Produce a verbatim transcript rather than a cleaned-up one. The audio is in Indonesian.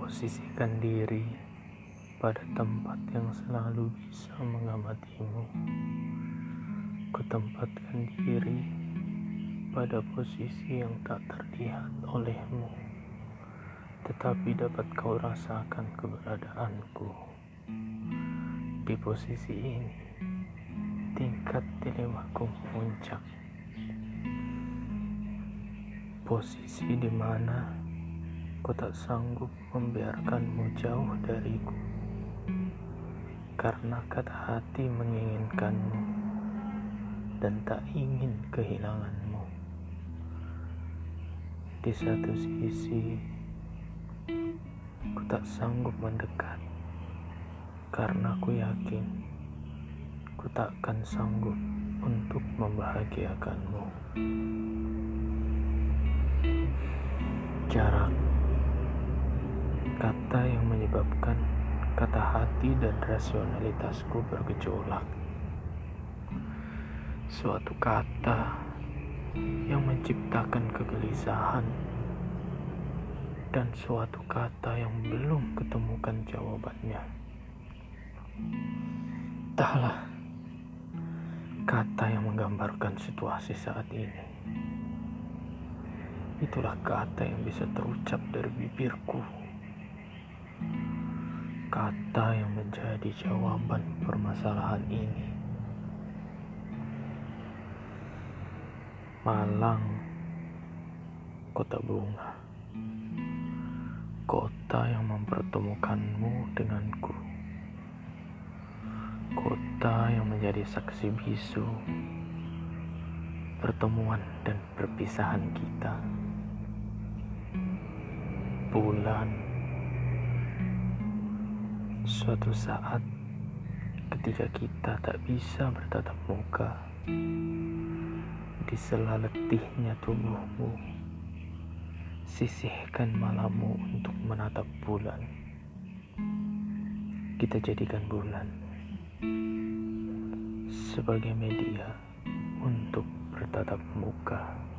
Posisikan diri pada tempat yang selalu bisa mengamatimu. Kutempatkan diri pada posisi yang tak terlihat olehmu, tetapi dapat kau rasakan keberadaanku. Di posisi ini, tingkat dilemaku memuncak. Posisi di mana ku tak sanggup membiarkanmu jauh dariku, karena kata hati menginginkanmu dan tak ingin kehilanganmu. Di satu sisi, ku tak sanggup mendekat, karena ku yakin ku takkan sanggup untuk membahagiakanmu. Jarak, kata yang menyebabkan kata hati dan rasionalitasku bergejolak. Suatu kata yang menciptakan kegelisahan, dan suatu kata yang belum ketemukan jawabannya. Entahlah, kata yang menggambarkan situasi saat ini. Itulah kata yang bisa terucap dari bibirku. Kata yang menjadi jawaban permasalahan ini. Malang, kota bunga. Kota yang mempertemukanmu denganku. Kota yang menjadi saksi bisu pertemuan dan perpisahan kita. Bulan, suatu saat ketika kita tak bisa bertatap muka, di sela letihnya tubuhmu, sisihkan malammu untuk menatap bulan. Kita jadikan bulan sebagai media untuk bertatap muka.